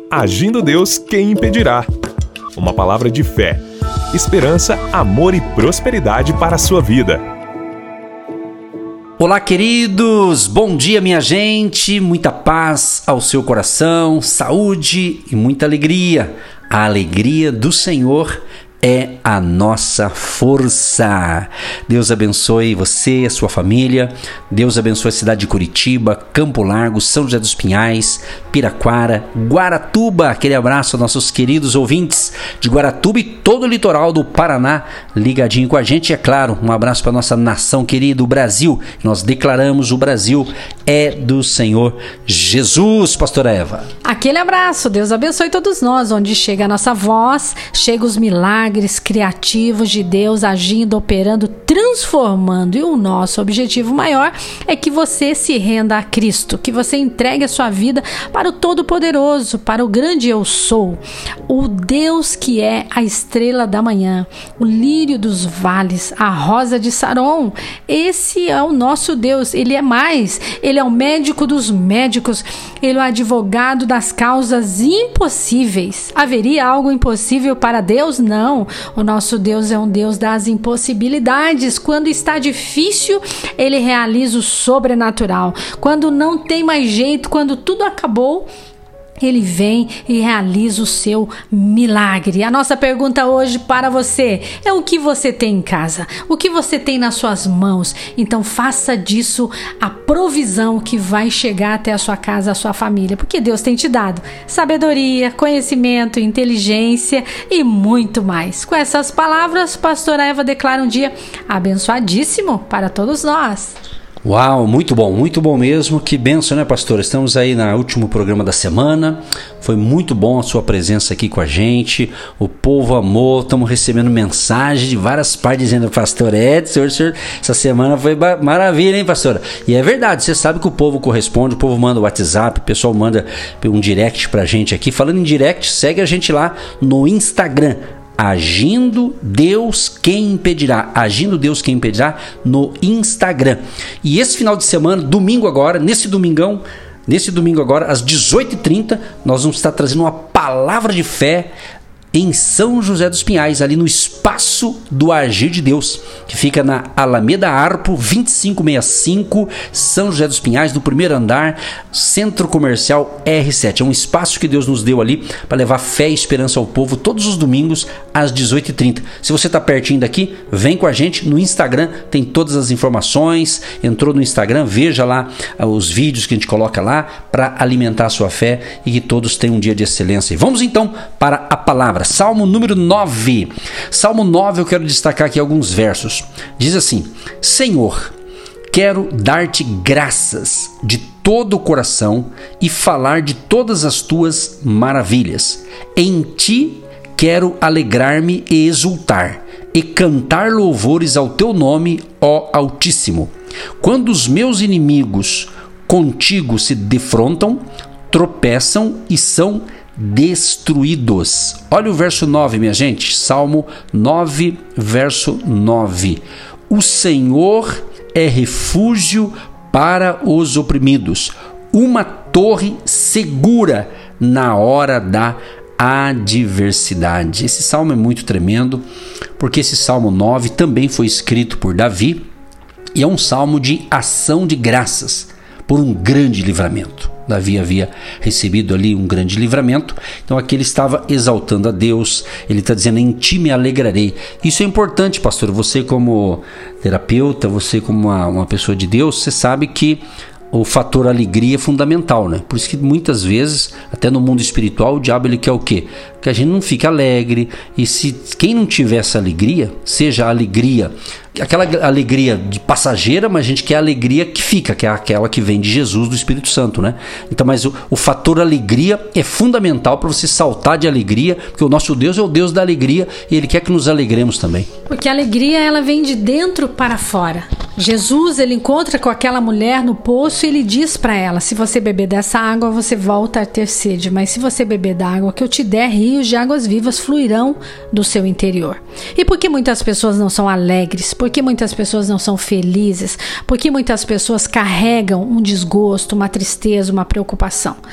Agindo Deus, quem impedirá? Uma palavra de fé, esperança, amor e prosperidade para a sua vida. Olá, queridos! Bom dia, minha gente! Muita paz ao seu coração, saúde e muita alegria. A alegria do Senhor é a nossa força. Deus abençoe você e a sua família. Deus abençoe a cidade de Curitiba, Campo Largo, São José dos Pinhais, Piraquara, Guaratuba. Aquele abraço aos nossos queridos ouvintes de Guaratuba e todo o litoral do Paraná ligadinho com a gente. E é claro, um abraço para nossa nação querida, o Brasil. Nós declaramos: o Brasil é do Senhor Jesus, pastora Eva. Aquele abraço, Deus abençoe todos nós. Onde chega a nossa voz, chega os milagres criativos de Deus agindo, operando, transformando. E o nosso objetivo maior é que você se renda a Cristo, que você entregue a sua vida para o Todo-Poderoso, para o grande Eu Sou, o Deus que é a estrela da manhã, o lírio dos vales, a rosa de Saron. Esse é o nosso Deus. Ele é mais, ele é o médico dos médicos, ele é o advogado das causas impossíveis. Haveria algo impossível para Deus? Não. O nosso Deus é um Deus das impossibilidades. Quando está difícil, ele realiza o sobrenatural. Quando não tem mais jeito, quando tudo acabou, ele vem e realiza o seu milagre. A nossa pergunta hoje para você é: o que você tem em casa? O que você tem nas suas mãos? Então faça disso a provisão que vai chegar até a sua casa, a sua família, porque Deus tem te dado sabedoria, conhecimento, inteligência e muito mais. Com essas palavras, pastora Eva declara um dia abençoadíssimo para todos nós. Uau, muito bom mesmo. Que bênção, né, pastor? Estamos aí no último programa da semana. Foi muito bom a sua presença aqui com a gente. O povo amou. Estamos recebendo mensagem de várias partes dizendo: pastor Edson, senhor, essa semana foi maravilha, hein, pastora? E é verdade, você sabe que o povo corresponde, o povo manda o WhatsApp, o pessoal manda um direct pra gente aqui. Falando em direct, segue a gente lá no Instagram. Agindo Deus, quem impedirá? Agindo Deus, quem impedirá? No Instagram. E esse final de semana, domingo agora, nesse domingo agora, às 18h30, nós vamos estar trazendo uma palavra de fé em São José dos Pinhais, ali no Espaço do Agir de Deus, que fica na Alameda Arpo 2565, São José dos Pinhais, no primeiro andar, Centro Comercial R7. É um espaço que Deus nos deu ali para levar fé e esperança ao povo todos os domingos às 18h30. Se você está pertinho daqui, vem com a gente no Instagram, tem todas as informações. Entrou no Instagram, veja lá os vídeos que a gente coloca lá para alimentar a sua fé e que todos tenham um dia de excelência. E vamos então para a palavra. Salmo número 9. Salmo 9, eu quero destacar aqui alguns versos. Diz assim: Senhor, quero dar-te graças de todo o coração e falar de todas as tuas maravilhas. Em ti quero alegrar-me e exultar, e cantar louvores ao teu nome, ó Altíssimo. Quando os meus inimigos contigo se defrontam, tropeçam e são destruídos. Olha o verso 9, minha gente. Salmo 9, verso 9. O Senhor é refúgio para os oprimidos, uma torre segura na hora da adversidade. Esse salmo é muito tremendo, porque esse Salmo 9 também foi escrito por Davi e é um salmo de ação de graças por um grande livramento. Davi havia recebido ali um grande livramento, então aqui ele estava exaltando a Deus. Ele está dizendo: em ti me alegrarei. Isso é importante, pastor. Você como terapeuta, você como uma pessoa de Deus, você sabe que o fator alegria é fundamental, né? Por isso que muitas vezes, até no mundo espiritual, o diabo ele quer o quê? Que a gente não fique alegre. E se quem não tiver essa alegria, seja a alegria, aquela alegria de passageira, mas a gente quer a alegria que fica, que é aquela que vem de Jesus, do Espírito Santo, né? Então, mas o fator alegria é fundamental para você saltar de alegria, porque o nosso Deus é o Deus da alegria e Ele quer que nos alegremos também. Porque a alegria, ela vem de dentro para fora. Jesus, ele encontra com aquela mulher no poço e ele diz para ela: se você beber dessa água, você volta a ter sede, mas se você beber da água que eu te der, rios de águas vivas fluirão do seu interior. E por que muitas pessoas não são alegres? Por que muitas pessoas não são felizes? Por que muitas pessoas carregam um desgosto, uma tristeza, uma preocupação?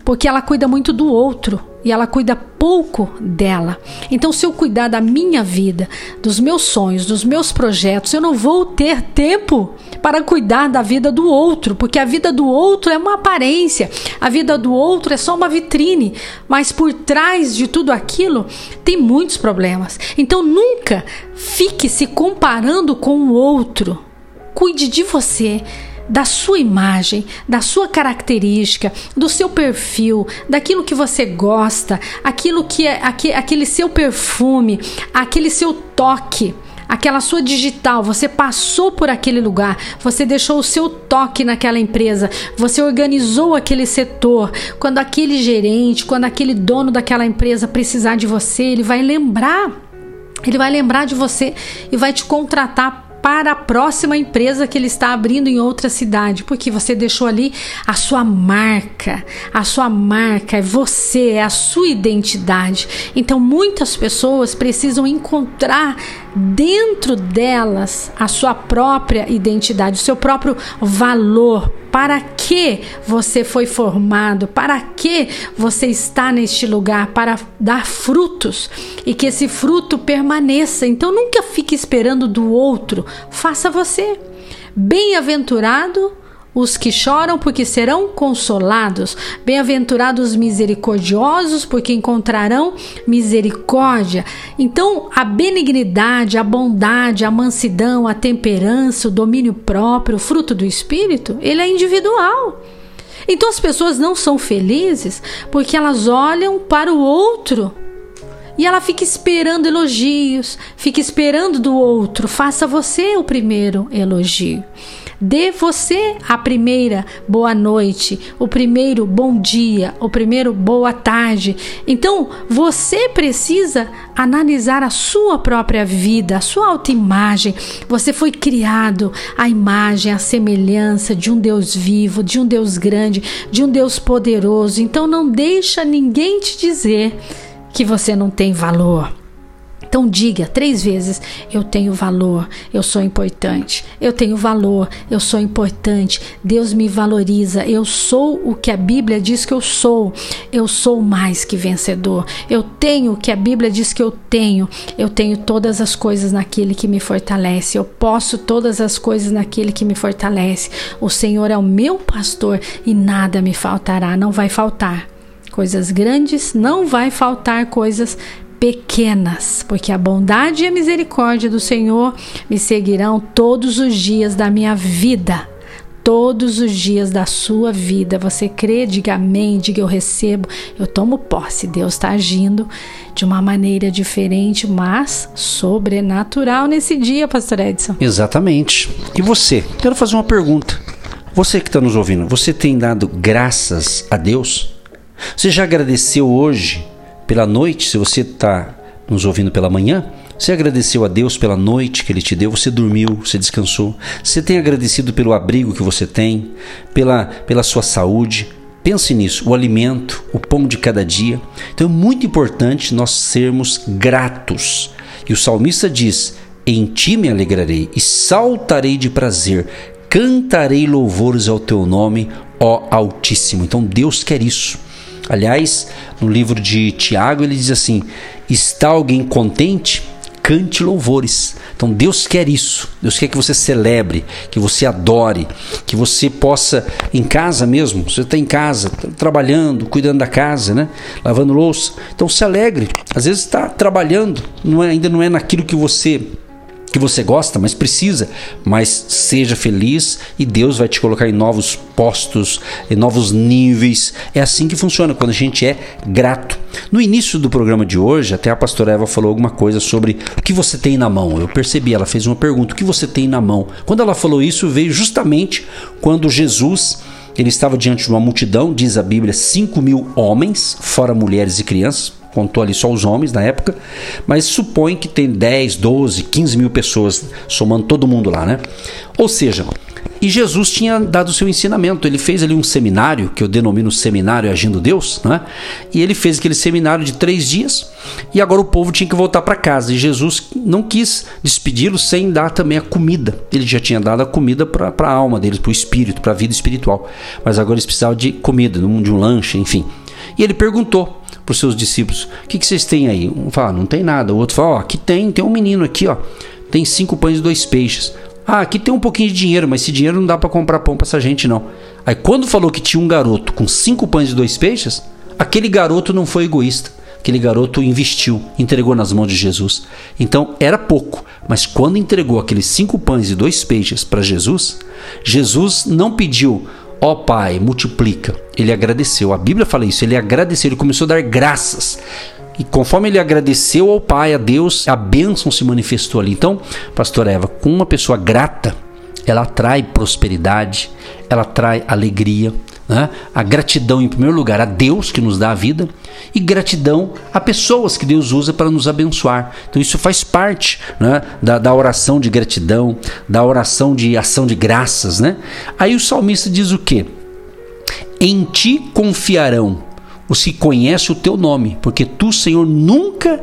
porque ela cuida muito do outro e ela cuida pouco dela. Então, se eu cuidar da minha vida, dos meus sonhos, dos meus projetos, eu não vou ter tempo para cuidar da vida do outro, porque a vida do outro é uma aparência, a vida do outro é só uma vitrine, mas por trás de tudo aquilo tem muitos problemas. Então, nunca fique se comparando com o outro. Cuide de você, da sua imagem, da sua característica, do seu perfil, daquilo que você gosta, aquilo que é aquele seu perfume, aquele seu toque, aquela sua digital. Você passou por aquele lugar, você deixou o seu toque naquela empresa, você organizou aquele setor. Quando aquele gerente, quando aquele dono daquela empresa precisar de você, ele vai lembrar de você e vai te contratar para a próxima empresa que ele está abrindo em outra cidade, porque você deixou ali a sua marca é você, é a sua identidade. Então muitas pessoas precisam encontrar dentro delas a sua própria identidade, o seu próprio valor. Para que você foi formado? Para que você está neste lugar? Para dar frutos e que esse fruto permaneça. Então nunca fique esperando do outro, faça você. Bem-aventurado os que choram, porque serão consolados. Bem-aventurados os misericordiosos, porque encontrarão misericórdia. Então, a benignidade, a bondade, a mansidão, a temperança, o domínio próprio, o fruto do Espírito, ele é individual. Então, as pessoas não são felizes porque elas olham para o outro e ela fica esperando elogios, fica esperando do outro. Faça você o primeiro elogio. Dê você a primeira boa noite, o primeiro bom dia, o primeiro boa tarde. Então, você precisa analisar a sua própria vida, a sua autoimagem. Você foi criado à imagem, à semelhança de um Deus vivo, de um Deus grande, de um Deus poderoso. Então, não deixa ninguém te dizer que você não tem valor. Então diga 3 vezes: eu tenho valor, eu sou importante. Eu tenho valor, eu sou importante. Deus me valoriza, eu sou o que a Bíblia diz que eu sou. Eu sou mais que vencedor. Eu tenho o que a Bíblia diz que eu tenho. Eu tenho todas as coisas naquele que me fortalece. Eu posso todas as coisas naquele que me fortalece. O Senhor é o meu pastor e nada me faltará. Não vai faltar coisas grandes, não vai faltar coisas pequenas, porque a bondade e a misericórdia do Senhor me seguirão todos os dias da minha vida, todos os dias da sua vida. Você crê? Diga amém, diga eu recebo, eu tomo posse. Deus está agindo de uma maneira diferente, mas sobrenatural nesse dia, Pastor Edson. Exatamente. E você? Quero fazer uma pergunta. Você que está nos ouvindo, você tem dado graças a Deus? Você já agradeceu hoje pela noite? Se você está nos ouvindo pela manhã, você agradeceu a Deus pela noite que Ele te deu? Você dormiu, você descansou? Você tem agradecido pelo abrigo que você tem, pela sua saúde? Pense nisso, o alimento, o pão de cada dia. Então é muito importante nós sermos gratos. E o salmista diz: em ti me alegrarei e saltarei de prazer, cantarei louvores ao teu nome, ó Altíssimo. Então Deus quer isso. Aliás, no livro de Tiago ele diz assim: está alguém contente? Cante louvores. Então Deus quer isso. Deus quer que você celebre, que você adore, que você possa, em casa mesmo, você está em casa, trabalhando, cuidando da casa, né? Lavando louça. Então se alegre. Às vezes está trabalhando, ainda não é naquilo que você gosta, mas precisa. Mas seja feliz e Deus vai te colocar em novos postos, em novos níveis. É assim que funciona quando a gente é grato. No início do programa de hoje, até a pastora Eva falou alguma coisa sobre o que você tem na mão. Eu percebi, ela fez uma pergunta: o que você tem na mão? Quando ela falou isso, veio justamente quando Jesus, ele estava diante de uma multidão, diz a Bíblia, 5.000 homens, fora mulheres e crianças. Contou ali só os homens na época, mas supõe que tem 10, 12, 15 mil pessoas, somando todo mundo lá, né? Ou seja, e Jesus tinha dado o seu ensinamento. Ele fez ali um seminário, que eu denomino Seminário Agindo Deus, né? E ele fez aquele seminário de 3 dias, e agora o povo tinha que voltar para casa, e Jesus não quis despedi-los sem dar também a comida. Ele já tinha dado a comida para a alma deles, para o espírito, para a vida espiritual, mas agora eles precisavam de comida, de um lanche, enfim. E ele perguntou para os seus discípulos: o que vocês têm aí? Um fala: não tem nada. O outro fala: aqui tem um menino aqui, ó, tem 5 pães e 2 peixes. Aqui tem um pouquinho de dinheiro, mas esse dinheiro não dá para comprar pão para essa gente não. Aí quando falou que tinha um garoto com 5 pães e 2 peixes, aquele garoto não foi egoísta. Aquele garoto investiu, entregou nas mãos de Jesus. Então era pouco, mas quando entregou aqueles 5 pães e 2 peixes para Jesus, Jesus não pediu: ó Pai, multiplica. Ele agradeceu. A Bíblia fala isso, ele agradeceu, ele começou a dar graças. E conforme ele agradeceu ao Pai, a Deus, a bênção se manifestou ali. Então, pastora Eva, com uma pessoa grata, ela atrai prosperidade, ela atrai alegria, né? A gratidão em primeiro lugar a Deus que nos dá a vida, e gratidão a pessoas que Deus usa para nos abençoar. Então isso faz parte, né, da oração de gratidão, da oração de ação de graças, né? Aí o salmista diz o quê? Em ti confiarão os que conhecem o teu nome, porque tu, Senhor, nunca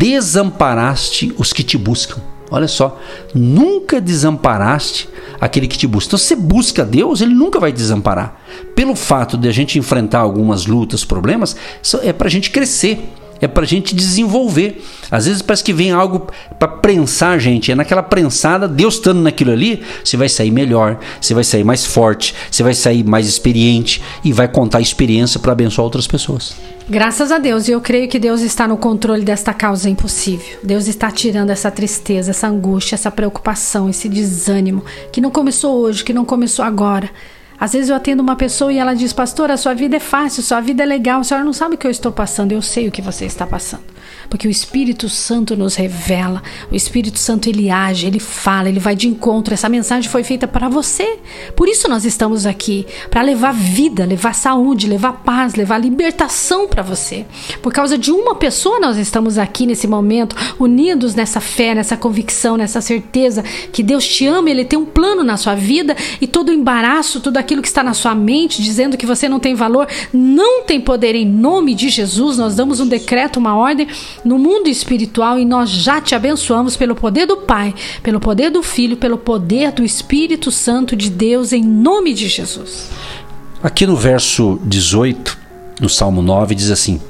desamparaste os que te buscam. Olha só, nunca desamparaste aquele que te busca. Então, se você busca Deus, Ele nunca vai desamparar. Pelo fato de a gente enfrentar algumas lutas, problemas, é para a gente crescer, é para a gente desenvolver. Às vezes parece que vem algo para prensar a gente. É naquela prensada, Deus estando naquilo ali, você vai sair melhor, você vai sair mais forte, você vai sair mais experiente e vai contar a experiência para abençoar outras pessoas. Graças a Deus, e eu creio que Deus está no controle desta causa impossível. Deus está tirando essa tristeza, essa angústia, essa preocupação, esse desânimo, que não começou hoje, que não começou agora. Às vezes eu atendo uma pessoa e ela diz: pastor, a sua vida é fácil, sua vida é legal, a senhora não sabe o que eu estou passando. Eu sei o que você está passando, porque o Espírito Santo nos revela, o Espírito Santo ele age, ele fala, ele vai de encontro. Essa mensagem foi feita para você, por isso nós estamos aqui, para levar vida, levar saúde, levar paz, levar libertação para você. Por causa de uma pessoa nós estamos aqui nesse momento, unidos nessa fé, nessa convicção, nessa certeza que Deus te ama, Ele tem um plano na sua vida, e todo o embaraço, tudo aquilo que está na sua mente, dizendo que você não tem valor, não tem poder. Em nome de Jesus, nós damos um decreto, uma ordem no mundo espiritual, e nós já te abençoamos pelo poder do Pai, pelo poder do Filho, pelo poder do Espírito Santo de Deus, em nome de Jesus. Aqui no verso 18, no Salmo 9, diz assim: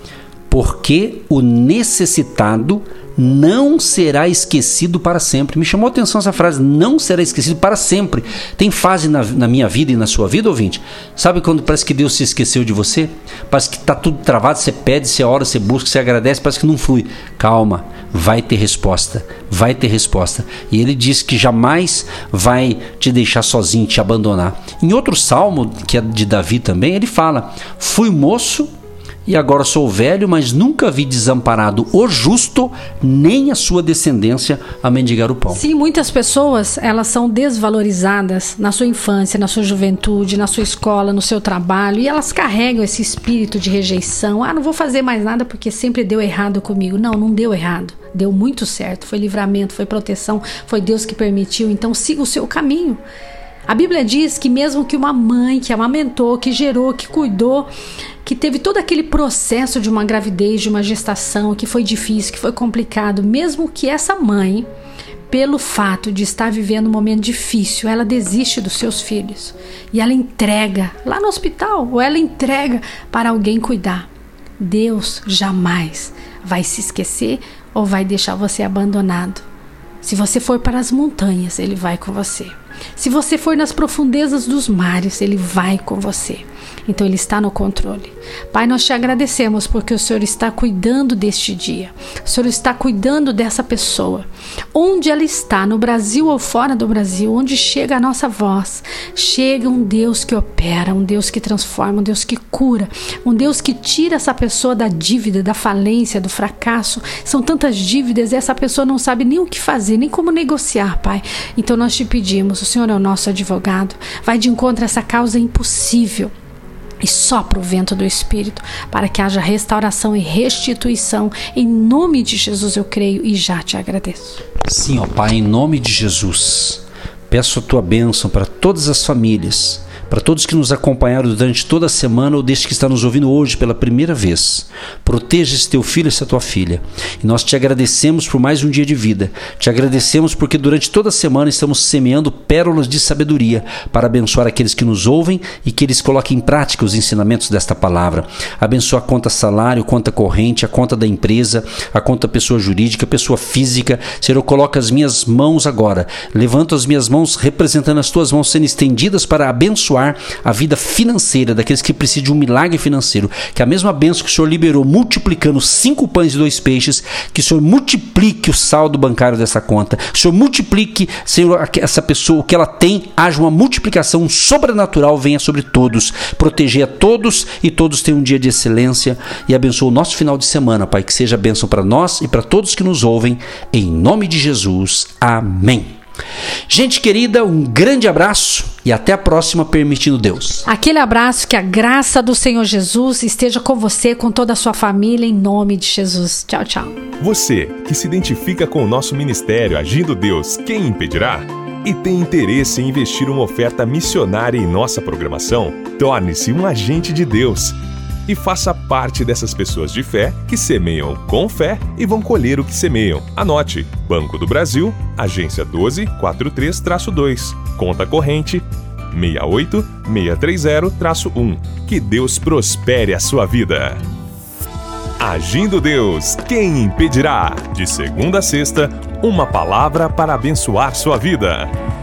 porque o necessitado não será esquecido para sempre. Me chamou a atenção essa frase: não será esquecido para sempre. Tem fase na minha vida e na sua vida, ouvinte? Sabe quando parece que Deus se esqueceu de você? Parece que está tudo travado, você pede, você ora, você busca, você agradece, parece que não flui. Calma, vai ter resposta, vai ter resposta. E Ele diz que jamais vai te deixar sozinho, te abandonar. Em outro salmo, que é de Davi também, ele fala: fui moço e agora sou velho, mas nunca vi desamparado o justo, nem a sua descendência a mendigar o pão. Sim, muitas pessoas, elas são desvalorizadas na sua infância, na sua juventude, na sua escola, no seu trabalho, e elas carregam esse espírito de rejeição. Não vou fazer mais nada porque sempre deu errado comigo. Não deu errado. Deu muito certo. Foi livramento, foi proteção, foi Deus que permitiu. Então siga o seu caminho. A Bíblia diz que mesmo que uma mãe que amamentou, que gerou, que cuidou, que teve todo aquele processo de uma gravidez, de uma gestação, que foi difícil, que foi complicado, mesmo que essa mãe, pelo fato de estar vivendo um momento difícil, ela desiste dos seus filhos e ela entrega lá no hospital, ou ela entrega para alguém cuidar. Deus jamais vai se esquecer ou vai deixar você abandonado. Se você for para as montanhas, Ele vai com você. Se você for nas profundezas dos mares, Ele vai com você. Então Ele está no controle. Pai, nós te agradecemos porque o Senhor está cuidando deste dia. O Senhor está cuidando dessa pessoa. Onde ela está, no Brasil ou fora do Brasil, onde chega a nossa voz, chega um Deus que opera, um Deus que transforma, um Deus que cura, um Deus que tira essa pessoa da dívida, da falência, do fracasso. São tantas dívidas e essa pessoa não sabe nem o que fazer, nem como negociar, Pai. Então nós te pedimos, o Senhor é o nosso advogado, vai de encontro a essa causa impossível e sopra o vento do Espírito para que haja restauração e restituição. Em nome de Jesus eu creio e já te agradeço. Sim, ó Pai, em nome de Jesus, peço a tua bênção para todas as famílias, para todos que nos acompanharam durante toda a semana ou desde que está nos ouvindo hoje pela primeira vez. Proteja esse teu filho e essa tua filha. E nós te agradecemos por mais um dia de vida. Te agradecemos porque durante toda a semana estamos semeando pérolas de sabedoria para abençoar aqueles que nos ouvem e que eles coloquem em prática os ensinamentos desta palavra. Abençoa a conta salário, conta corrente, a conta da empresa, a conta pessoa jurídica, pessoa física. Senhor, eu coloco as minhas mãos agora. Levanto as minhas mãos representando as tuas mãos sendo estendidas para abençoar a vida financeira daqueles que precisam de um milagre financeiro. Que a mesma bênção que o Senhor liberou multiplicando 5 pães e 2 peixes, que o Senhor multiplique o saldo bancário dessa conta. Que o Senhor multiplique, Senhor, essa pessoa, o que ela tem, haja uma multiplicação sobrenatural, venha sobre todos. Proteger a todos e todos tenham um dia de excelência e abençoa o nosso final de semana, Pai, que seja bênção para nós e para todos que nos ouvem, em nome de Jesus, amém. Gente querida, um grande abraço e até a próxima, permitindo Deus. Aquele abraço, que a graça do Senhor Jesus esteja com você, com toda a sua família, em nome de Jesus. Tchau, tchau. Você que se identifica com o nosso ministério Agindo Deus, quem impedirá? E tem interesse em investir uma oferta missionária em nossa programação? Torne-se um agente de Deus e faça parte dessas pessoas de fé que semeiam com fé e vão colher o que semeiam. Anote: Banco do Brasil, agência 1243-2, conta corrente 68630-1. Que Deus prospere a sua vida. Agindo Deus, quem impedirá? De segunda a sexta, uma palavra para abençoar sua vida.